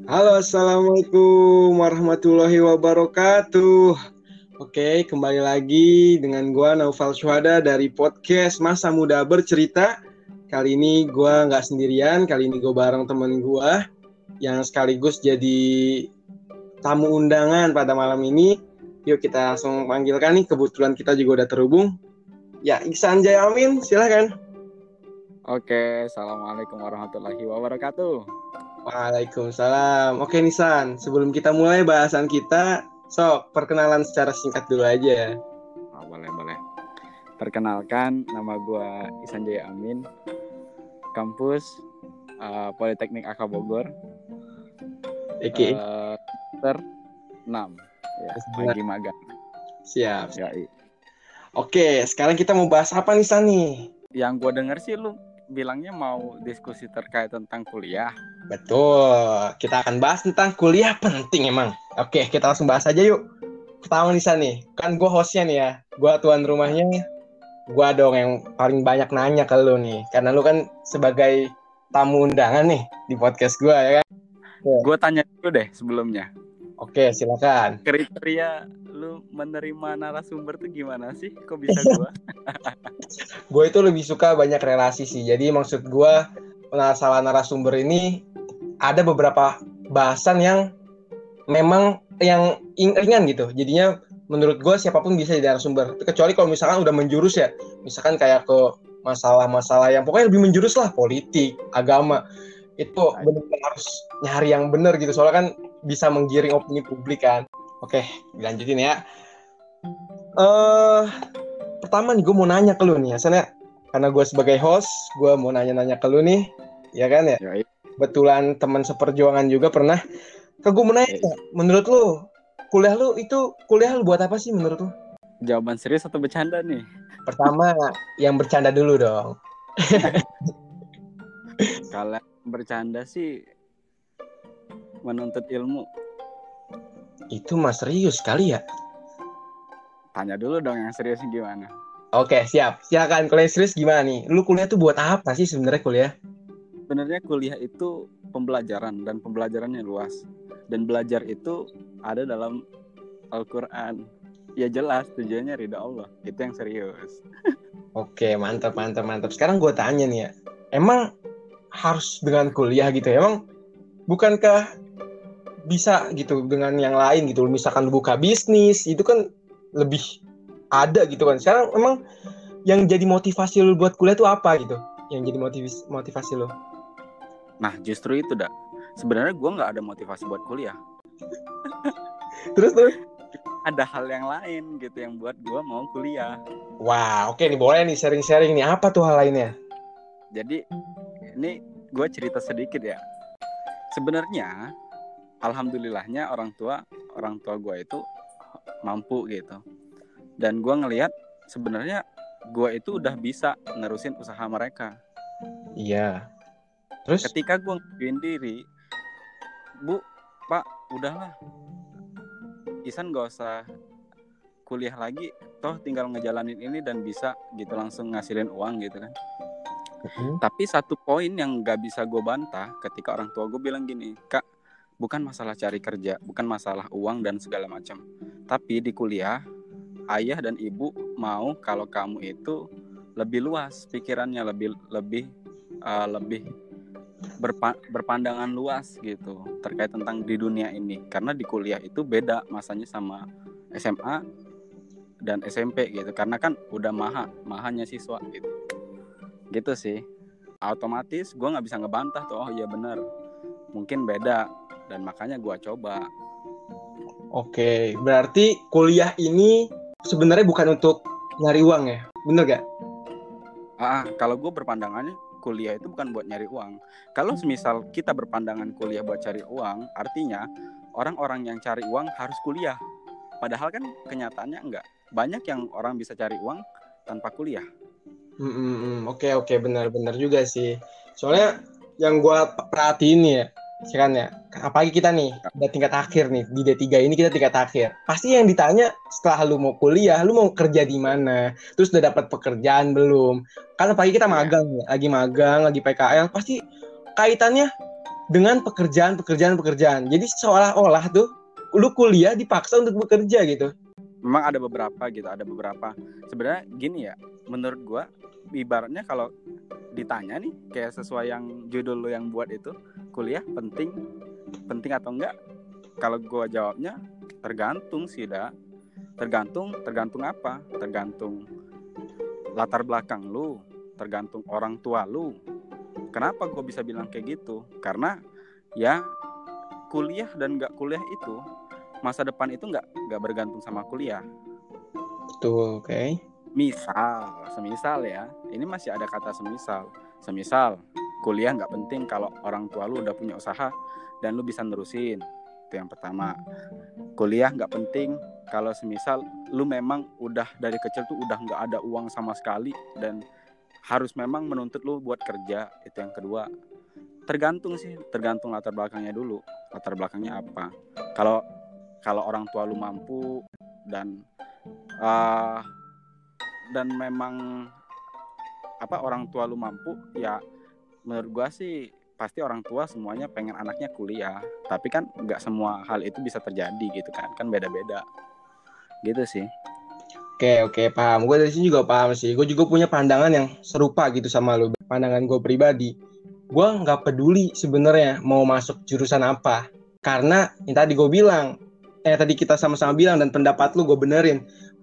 Halo, Assalamualaikum warahmatullahi wabarakatuh. Oke, kembali lagi dengan gua Naufal Syuhada dari podcast Masa Muda Bercerita. Kali ini gua nggak sendirian, kali ini gua bareng temen gua yang sekaligus jadi tamu undangan pada malam ini. Yuk kita langsung panggilkan nih, kebetulan kita juga udah terhubung. Ya, Iksan Jayamin, silakan. Oke, Assalamualaikum warahmatullahi wabarakatuh. Waalaikumsalam. Oke Nisan, sebelum kita mulai bahasan kita, perkenalan secara singkat dulu aja. Boleh. Perkenalkan, nama gue Ihsan Jaya Amin, kampus Politeknik AK Bogor, Oke. semester 6, ya, lagi magang. Siap. Yoi. Oke, sekarang kita mau bahas apa Nisan nih? Yang gue denger sih lu bilangnya mau diskusi terkait tentang kuliah. Betul, kita akan bahas tentang kuliah penting emang. Oke, kita langsung bahas aja yuk. Pertama Nisan nih, kan gue hostnya nih ya, gue tuan rumahnya. Gue dong yang paling banyak nanya ke lu nih, karena lu kan sebagai tamu undangan nih di podcast gue ya kan. Gue tanya dulu deh sebelumnya. Oke, silakan. Kriteria lu menerima narasumber tuh gimana sih? Kok bisa gue? Gue itu lebih suka banyak relasi sih. Jadi maksud gue masalah narasumber ini ada beberapa bahasan yang memang yang ringan gitu. Jadinya menurut gue siapapun bisa jadi narasumber. Kecuali kalau misalkan udah menjurus ya. Misalkan kayak ke masalah-masalah yang pokoknya lebih menjurus lah, politik, agama. Itu benar-benar harus nyari yang benar gitu. Soalnya kan bisa menggiring opini publik kan. Oke, dilanjutin ya. Pertama nih gue mau nanya ke lu nih ya, soalnya karena gue sebagai host, gue mau nanya-nanya ke lu nih, ya kan ya. Yoi. Kebetulan teman seperjuangan juga pernah. Gue mau nanya, menurut lu kuliah lu buat apa sih menurut lu? Jawaban serius atau bercanda nih? Pertama yang bercanda dulu dong. Kalau bercanda sih menuntut ilmu. Itu mah serius kali ya. Tanya dulu dong yang seriusnya gimana. Oke, siap. Silakan kalau yang serius gimana nih? Lu kuliah tuh buat apa sih sebenarnya kuliah? Sebenarnya kuliah itu pembelajaran dan pembelajarannya luas. Dan belajar itu ada dalam Al-Quran. Ya jelas tujuannya ridha Allah. Itu yang serius. Oke, mantap. Sekarang gue tanya nih ya. Emang harus dengan kuliah gitu ya? Emang bukankah bisa gitu dengan yang lain gitu? Misalkan lu buka bisnis, itu kan lebih ada gitu kan. Sekarang emang yang jadi motivasi lu buat kuliah tuh apa gitu? Yang jadi motivasi lu? Nah justru itu dah. Sebenarnya gue gak ada motivasi buat kuliah. Terus? Ada hal yang lain gitu yang buat gue mau kuliah. Wah, oke nih boleh nih sharing-sharing nih. Apa tuh hal lainnya? Jadi ini gue cerita sedikit ya. Sebenarnya alhamdulillahnya orang tua gue itu mampu gitu. Dan gue ngelihat sebenarnya gue itu udah bisa nerusin usaha mereka. Iya. Terus? Ketika gue ngajuin diri, Bu, Pak, udahlah. Ihsan gak usah kuliah lagi, toh tinggal ngejalanin ini dan bisa gitu langsung ngasilin uang gitu kan. Tapi satu poin yang gak bisa gue bantah ketika orang tua gue bilang gini, Kak, bukan masalah cari kerja, bukan masalah uang dan segala macam. Tapi di kuliah, ayah dan ibu mau kalau kamu itu lebih luas pikirannya, lebih berpandangan luas gitu terkait tentang di dunia ini. Karena di kuliah itu beda masanya sama SMA dan SMP gitu. Karena kan udah mahanya siswa gitu. Gitu sih. Otomatis gue gak bisa ngebantah tuh, oh iya benar, mungkin beda. Dan makanya gue coba. Oke, berarti kuliah ini sebenarnya bukan untuk nyari uang ya? Bener gak? Kalau gue berpandangannya kuliah itu bukan buat nyari uang. Kalau semisal kita berpandangan kuliah buat cari uang, artinya orang-orang yang cari uang harus kuliah. Padahal kan kenyataannya enggak. Banyak yang orang bisa cari uang tanpa kuliah. Oke, benar juga sih. Soalnya yang gue perhatiin nih ya, kan ya, apalagi kita nih udah tingkat akhir nih di D3 ini, kita tingkat akhir. Pasti yang ditanya setelah lu mau kuliah, lu mau kerja di mana? Terus udah dapat pekerjaan belum? Kan apalagi kita magang, lagi PKL, pasti kaitannya dengan pekerjaan. Jadi seolah-olah tuh lu kuliah dipaksa untuk bekerja gitu. Memang ada beberapa gitu, ada beberapa. Sebenarnya gini ya, menurut gua ibaratnya kalau ditanya nih kayak sesuai yang judul lu yang buat itu, kuliah penting atau enggak? Kalau gua jawabnya tergantung sih, tergantung apa? Tergantung latar belakang lu, tergantung orang tua lu. Kenapa gue bisa bilang kayak gitu? Karena ya kuliah dan nggak kuliah itu, masa depan itu nggak bergantung sama kuliah. Betul, oke. Semisal ya, ini masih ada kata semisal kuliah nggak penting kalau orang tua lu udah punya usaha dan lu bisa nerusin. Itu yang pertama. Kuliah nggak penting kalau semisal lu memang udah dari kecil tuh udah nggak ada uang sama sekali dan harus memang menuntut lu buat kerja. Itu yang kedua. Tergantung latar belakangnya dulu. Latar belakangnya apa? Kalau orang tua lu mampu dan memang orang tua lu mampu, ya menurut gua sih pasti orang tua semuanya pengen anaknya kuliah. Tapi kan nggak semua hal itu bisa terjadi gitu kan beda-beda gitu sih. Oke, paham. Gue dari sini juga paham sih. Gue juga punya pandangan yang serupa gitu sama lu. Pandangan gue pribadi, gue nggak peduli sebenarnya mau masuk jurusan apa. Karena yang tadi gue bilang, tadi kita sama-sama bilang dan pendapat lu gue benerin.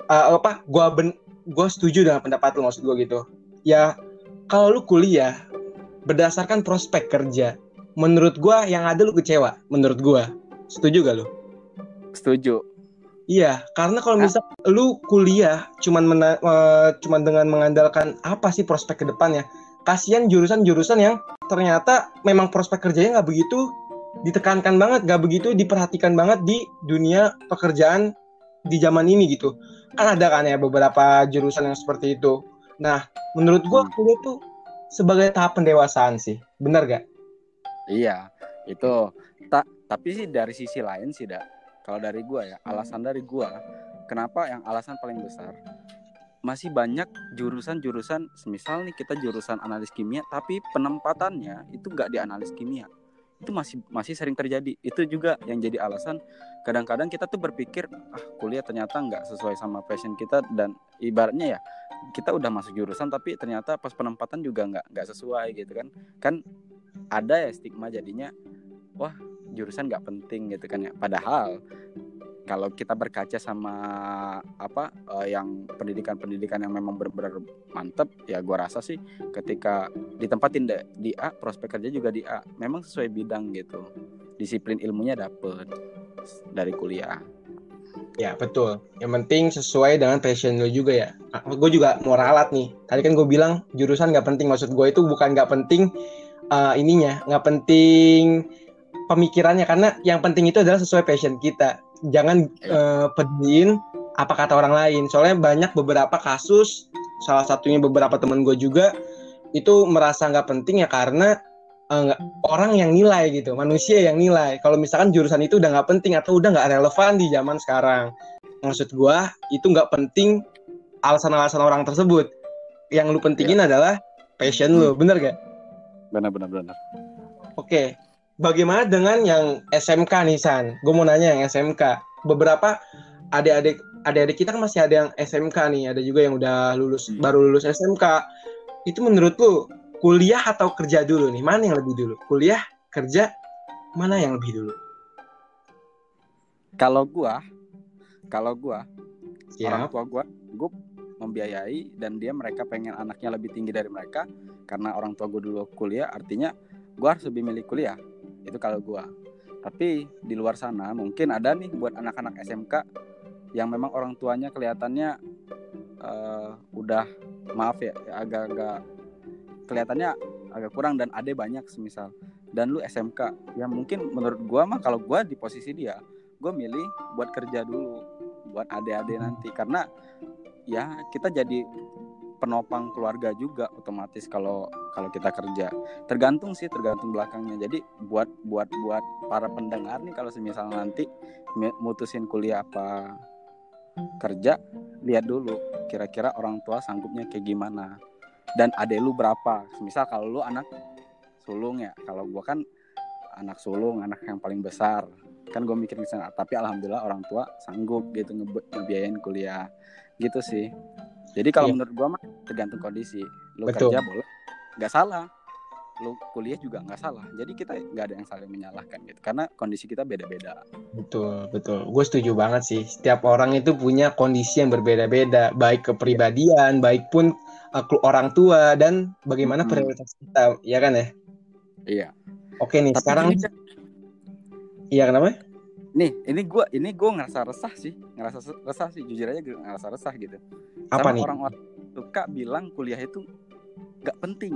Gue setuju dengan pendapat lu, maksud gue gitu. Ya, kalau lu kuliah berdasarkan prospek kerja, menurut gue yang ada lu kecewa. Menurut gue, setuju gak lu? Setuju. Iya, karena kalau misal lu kuliah cuman dengan mengandalkan apa sih prospek ke depannya, kasihan jurusan-jurusan yang ternyata memang prospek kerjanya nggak begitu ditekankan banget, nggak begitu diperhatikan banget di dunia pekerjaan di zaman ini gitu. Kan ada kan ya beberapa jurusan yang seperti itu. Nah, menurut gua kuliah tuh sebagai tahap pendewasaan sih, benar gak? Iya, itu. Tapi sih dari sisi lain sih, kalau dari gue ya, alasan dari gue, kenapa yang alasan paling besar, masih banyak jurusan-jurusan, semisal nih kita jurusan analis kimia, tapi penempatannya itu nggak di analis kimia. Itu masih sering terjadi. Itu juga yang jadi alasan, kadang-kadang kita tuh berpikir, kuliah ternyata nggak sesuai sama passion kita, dan ibaratnya ya, kita udah masuk jurusan, tapi ternyata pas penempatan juga nggak sesuai gitu kan. Kan ada ya stigma jadinya, wah jurusan nggak penting gitu kan ya. Padahal kalau kita berkaca sama yang pendidikan yang memang benar-benar mantep, ya gua rasa sih ketika ditempatin di A, prospek kerja juga di A, memang sesuai bidang gitu, disiplin ilmunya dapet dari kuliah. Ya betul, yang penting sesuai dengan passion lo juga ya. Gue juga mau ralat nih, tadi kan gue bilang jurusan nggak penting, maksud gue itu bukan nggak penting nggak penting pemikirannya, karena yang penting itu adalah sesuai passion kita. Jangan peduliin apa kata orang lain. Soalnya banyak beberapa kasus, salah satunya beberapa teman gue juga itu merasa nggak penting ya karena orang yang nilai gitu, manusia yang nilai. Kalau misalkan jurusan itu udah nggak penting atau udah nggak relevan di zaman sekarang, maksud gue itu nggak penting alasan-alasan orang tersebut. Yang lu pentingin adalah passion lu, bener gak? Benar. Oke. Bagaimana dengan yang SMK nih, San? Gue mau nanya yang SMK. Beberapa adik-adik kita kan masih ada yang SMK nih, ada juga yang udah baru lulus SMK. Itu menurut lu kuliah atau kerja dulu nih? Mana yang lebih dulu? Kuliah, kerja, mana yang lebih dulu? Kalau gua orang tua gua membiayai, dan mereka pengen anaknya lebih tinggi dari mereka, karena orang tua gua dulu kuliah, artinya gua harus lebih milih kuliah. Itu kalau gua. Tapi di luar sana mungkin ada nih buat anak-anak SMK yang memang orang tuanya kelihatannya udah, maaf ya, agak-agak kelihatannya agak kurang, dan ade banyak semisal, dan lu SMK, ya mungkin menurut gua mah, kalau gua di posisi dia, gua milih buat kerja dulu buat ade-ade nanti, karena ya kita jadi penopang keluarga juga otomatis kalau kita kerja. Tergantung belakangnya. Jadi buat para pendengar nih, kalau semisal nanti mutusin kuliah apa kerja, lihat dulu kira-kira orang tua sanggupnya kayak gimana, dan adek lu berapa. Misal kalau lu anak sulung ya, kalau gua kan anak sulung, anak yang paling besar. Kan gue mikir di sana, tapi alhamdulillah orang tua sanggup gitu ngebiayain kuliah gitu sih. Jadi kalau menurut gue mah tergantung kondisi. Lu kerja boleh, nggak salah. Lu kuliah juga nggak salah. Jadi kita nggak ada yang saling menyalahkan gitu, karena kondisi kita beda-beda. Betul. Gue setuju banget sih. Setiap orang itu punya kondisi yang berbeda-beda, baik kepribadian, baik pun orang tua dan bagaimana prioritas kita, ya kan ya? Iya. Oke nih, tapi sekarang iya kenapa? Nih, ini gue ngerasa resah sih, jujur aja gue ngerasa resah gitu. Apa sama nih? Orang-orang suka bilang kuliah itu nggak penting.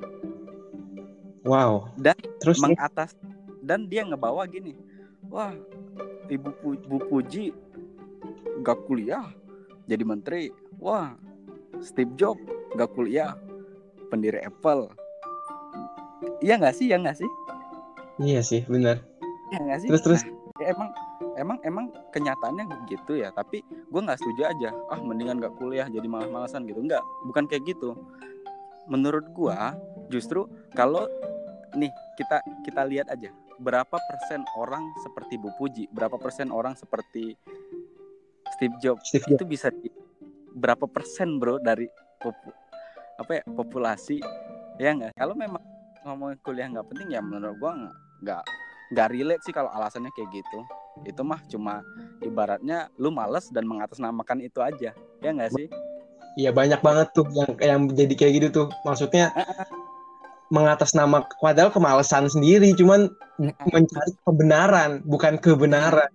Wow. Dan terus dan dia ngebawa gini, wah Ibu Puji nggak kuliah jadi menteri, wah Steve Jobs nggak kuliah pendiri Apple. Iya nggak sih? Iya sih, benar. Iya nggak sih? Terus ya emang kenyataannya begitu ya, tapi gue nggak setuju aja. Mendingan nggak kuliah jadi malas-malasan gitu. Enggak, bukan kayak gitu. Menurut gue justru kalau nih kita lihat aja berapa persen orang seperti Bu Puji, berapa persen orang seperti Steve Jobs itu bisa berapa persen bro dari populasi, ya nggak? Kalau memang ngomongin kuliah nggak penting ya menurut gue nggak relate sih kalau alasannya kayak gitu. Itu mah cuma ibaratnya lu males dan mengatasnamakan itu aja, ya nggak sih? Iya, banyak banget tuh yang jadi kayak gitu tuh. Maksudnya mengatasnamakan padahal kemalasan sendiri, cuman mencari kebenaran bukan kebenaran.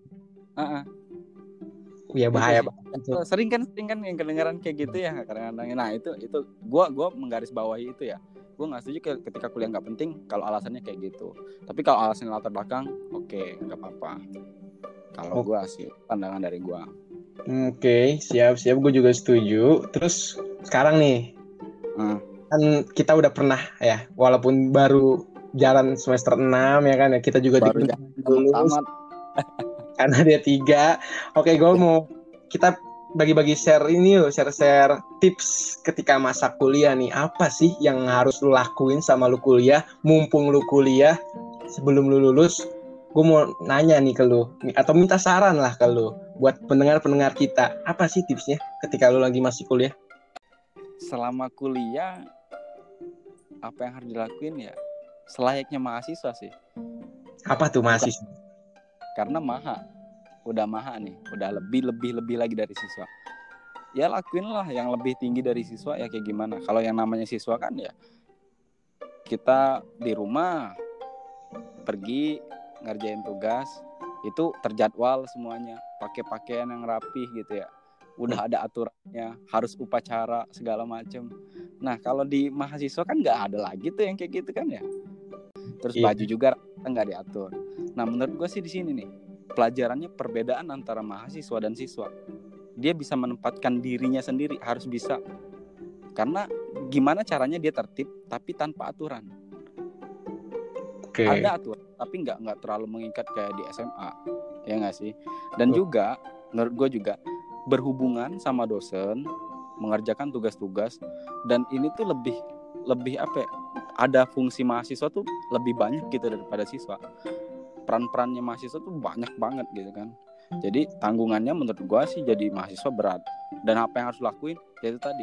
Iya, bahaya banget. Sering kan yang kedengaran kayak gitu ya kadang-kadang. Nah itu gue menggarisbawahi itu ya. Gue nggak setuju ketika kuliah nggak penting kalau alasannya kayak gitu. Tapi kalau alasannya latar belakang, oke, nggak apa-apa. Kalau gue sih pandangan dari gue. Oke, siap. Gue juga setuju. Terus sekarang nih, kan kita udah pernah ya, walaupun baru jalan semester 6 ya kan ya, kita juga baru lulus karena dia 3. Oke, gue mau kita bagi-bagi share ini yuk, share tips ketika masa kuliah nih. Apa sih yang harus lu lakuin sama lu kuliah, mumpung lu kuliah sebelum lu lulus? Gue mau nanya nih ke lu, atau minta saran lah ke lu buat pendengar-pendengar kita. Apa sih tipsnya ketika lu lagi masih kuliah? Selama kuliah, apa yang harus dilakuin ya selayaknya mahasiswa sih. Apa tuh mahasiswa? Karena udah nih, udah lebih lagi dari siswa. Ya lakuinlah yang lebih tinggi dari siswa ya kayak gimana. Kalau yang namanya siswa kan ya kita di rumah pergi ngerjain tugas, itu terjadwal semuanya, pakai pakaian yang rapih gitu ya. Udah ada aturannya, harus upacara segala macam. Nah, kalau di mahasiswa kan nggak ada lagi tuh yang kayak gitu kan ya. Terus baju juga nggak diatur. Nah, menurut gue sih di sini nih pelajarannya perbedaan antara mahasiswa dan siswa. Dia bisa menempatkan dirinya sendiri, harus bisa. Karena gimana caranya dia tertib tapi tanpa aturan. Ada aturan tapi nggak terlalu mengikat kayak di SMA, ya nggak sih? Dan juga menurut gue juga berhubungan sama dosen, mengerjakan tugas-tugas, dan ini tuh lebih apa ya, ada fungsi mahasiswa tuh lebih banyak gitu daripada siswa. Peran-perannya mahasiswa tuh banyak banget gitu kan. Jadi tanggungannya menurut gue sih jadi mahasiswa berat. Dan apa yang harus lakuin yaitu tadi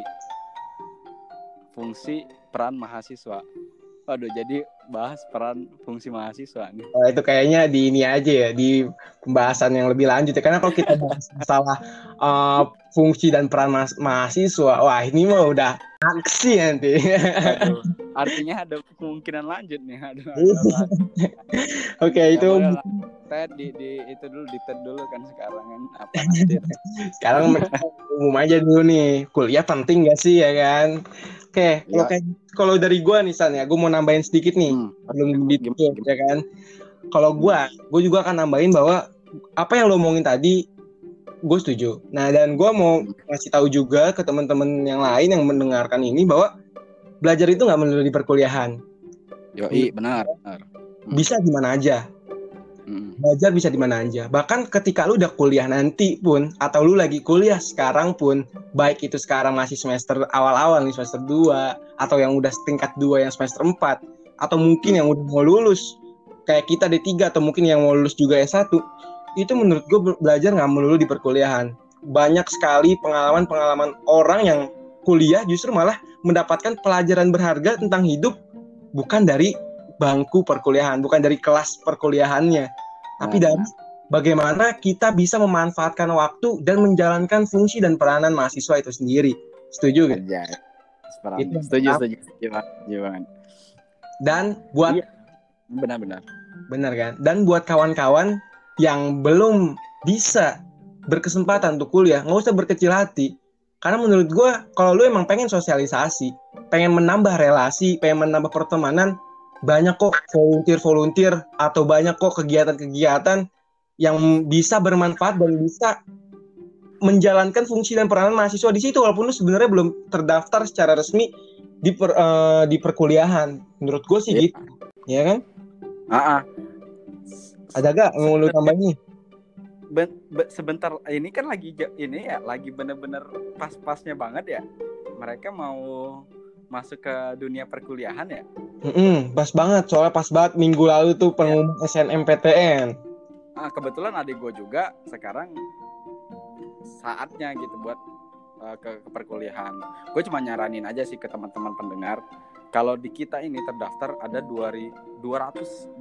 fungsi peran mahasiswa. Waduh, jadi bahas peran fungsi mahasiswa nih. Itu kayaknya di ini aja ya, di pembahasan yang lebih lanjut ya. Karena kalau kita bahas masalah fungsi dan peran mahasiswa, wah ini mah udah aksi nanti. Aduh, artinya ada kemungkinan lanjut nih. Oke, itu itu dulu dulu kan sekarang kan apa nanti. Sekarang umum aja dulu nih, kuliah penting gak sih ya kan? Oke, kalau dari gue nih San ya, gue mau nambahin sedikit nih, belum ditutup ya kan. Kalau gue juga akan nambahin bahwa apa yang lo omongin tadi, gue setuju. Nah, dan gue mau ngasih tahu juga ke teman-teman yang lain yang mendengarkan ini bahwa belajar itu nggak melulu di perkuliahan. Yoi, benar. Bisa di mana aja. Belajar bisa di mana aja. Bahkan ketika lu udah kuliah nanti pun, atau lu lagi kuliah sekarang pun, baik itu sekarang masih semester awal-awal nih, semester 2, atau yang udah tingkat 2 yang semester 4, atau mungkin yang udah mau lulus kayak kita D3 atau mungkin yang mau lulus juga S1, itu menurut gue belajar nggak melulu di perkuliahan. Banyak sekali pengalaman-pengalaman orang yang kuliah justru malah mendapatkan pelajaran berharga tentang hidup bukan dari bangku perkuliahan, bukan dari kelas perkuliahannya, tapi dari bagaimana kita bisa memanfaatkan waktu dan menjalankan fungsi dan peranan mahasiswa itu sendiri. Setuju gak? Setuju banget. Dan buat benar kan? Dan buat kawan-kawan yang belum bisa berkesempatan untuk kuliah, nggak usah berkecil hati. Karena menurut gue, kalau lu emang pengen sosialisasi, pengen menambah relasi, pengen menambah pertemanan, banyak kok volunteer atau banyak kok kegiatan-kegiatan yang bisa bermanfaat dan bisa menjalankan fungsi dan peranan mahasiswa di situ, walaupun lu sebenarnya belum terdaftar secara resmi di perkuliahan. Menurut gue sih gitu, ya kan? Ada gak mau lu tambahin nih? Sebentar, ini kan lagi bener-bener pas-pasnya banget ya. Mereka mau masuk ke dunia perkuliahan ya. Pas banget, soalnya pas banget minggu lalu tuh pengumuman SNMPTN. Kebetulan adik gue juga sekarang saatnya gitu buat ke perkuliahan. Gue cuma nyaranin aja sih ke teman-teman pendengar, kalau di kita ini terdaftar ada 293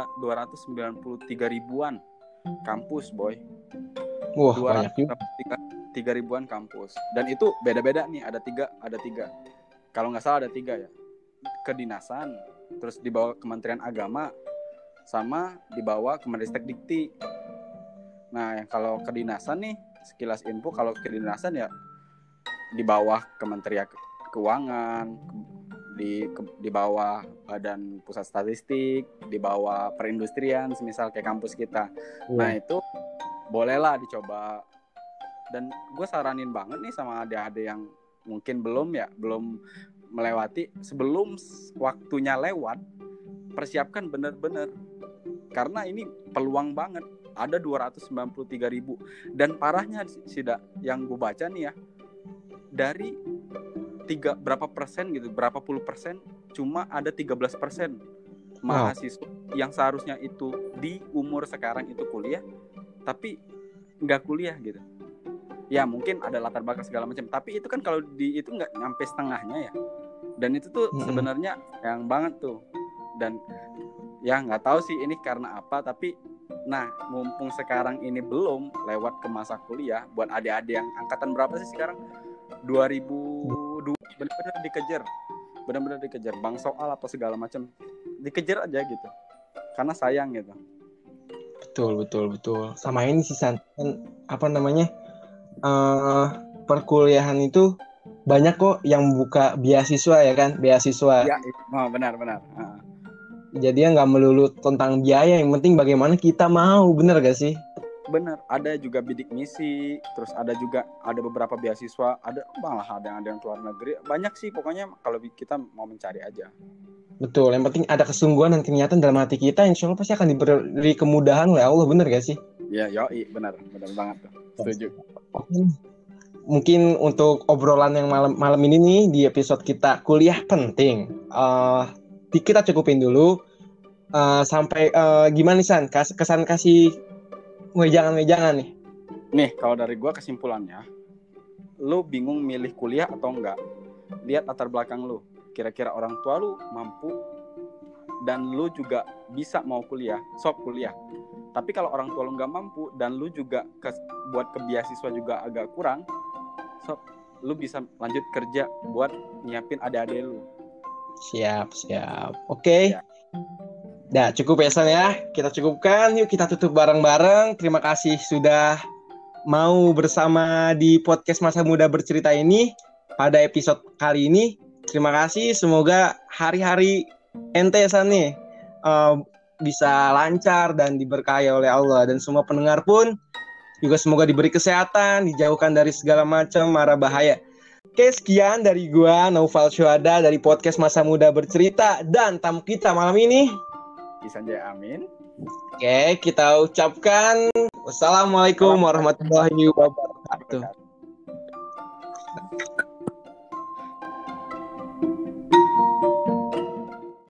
ribuan kampus, boy. Wah, banyak juga. 3 ribuan kampus. Dan itu beda-beda nih, ada tiga. Kalau nggak salah ada 3 ya. Kedinasan, terus di bawah Kementerian Agama, sama di bawah Kemendikbud Dikti. Nah, yang kalau kedinasan nih, sekilas info, kalau kedinasan ya di bawah Kementerian Keuangan, di bawah Badan Pusat Statistik, di bawah Perindustrian, semisal kayak kampus kita. Nah, itu bolehlah dicoba. Dan gue saranin banget nih sama adik-adik yang mungkin belum melewati, sebelum waktunya lewat, persiapkan bener-bener. Karena ini peluang banget. Ada 293 ribu. Dan parahnya sih, yang gue baca nih ya, dari berapa persen gitu, berapa puluh persen, cuma ada 13% mahasiswa yang seharusnya itu di umur sekarang itu kuliah, tapi nggak kuliah gitu. Ya mungkin ada latar belakang segala macam, tapi itu kan kalau di itu nggak nyampe setengahnya ya. Dan itu tuh sebenarnya yang banget tuh. Dan ya nggak tahu sih ini karena apa, tapi nah mumpung sekarang ini belum lewat ke masa kuliah, buat adik-adik yang angkatan berapa sih sekarang? 2002, benar-benar dikejar bang soal apa segala macam, dikejar aja gitu, karena sayang gitu. Betul. Sama ini sih perkuliahan itu banyak kok yang buka beasiswa ya kan, beasiswa. Ya, benar. Jadi ya nggak melulu tentang biaya, yang penting bagaimana kita mau, bener gak sih? Bener, ada juga bidik misi, terus ada beberapa beasiswa, ada yang keluar negeri, banyak sih pokoknya kalau kita mau mencari aja. Betul, yang penting ada kesungguhan dan kenyatan dalam hati kita, insya Allah pasti akan diberi kemudahan oleh Allah, bener gak sih? Ya, benar banget tuh, setuju. Mungkin untuk obrolan yang malam ini nih di episode kita kuliah penting, kita cukupin dulu. Sampai gimana nih San? Kesan kasih wejangan nih. Nih, kalau dari gue kesimpulannya, lu bingung milih kuliah atau enggak, lihat latar belakang lu. Kira-kira orang tua lu mampu dan lu juga bisa mau kuliah, sok kuliah. Tapi kalau orang tua lu nggak mampu dan lu juga buat ke beasiswa juga agak kurang, sok lu bisa lanjut kerja buat nyiapin adik-adik lu. Siap. Oke. Nah, cukup ya San ya. Kita cukupkan, yuk kita tutup bareng-bareng. Terima kasih sudah mau bersama di podcast Masa Muda Bercerita ini pada episode kali ini. Terima kasih, semoga hari-hari ente San nih bisa lancar dan diberkahi oleh Allah, dan semua pendengar pun juga semoga diberi kesehatan, dijauhkan dari segala macam mara bahaya. Oke, sekian dari gua Naufal Syuhada dari podcast Masa Muda Bercerita, dan tamu kita malam ini Sanjay Amin. Oke, kita ucapkan wassalamualaikum warahmatullahi wabarakatuh.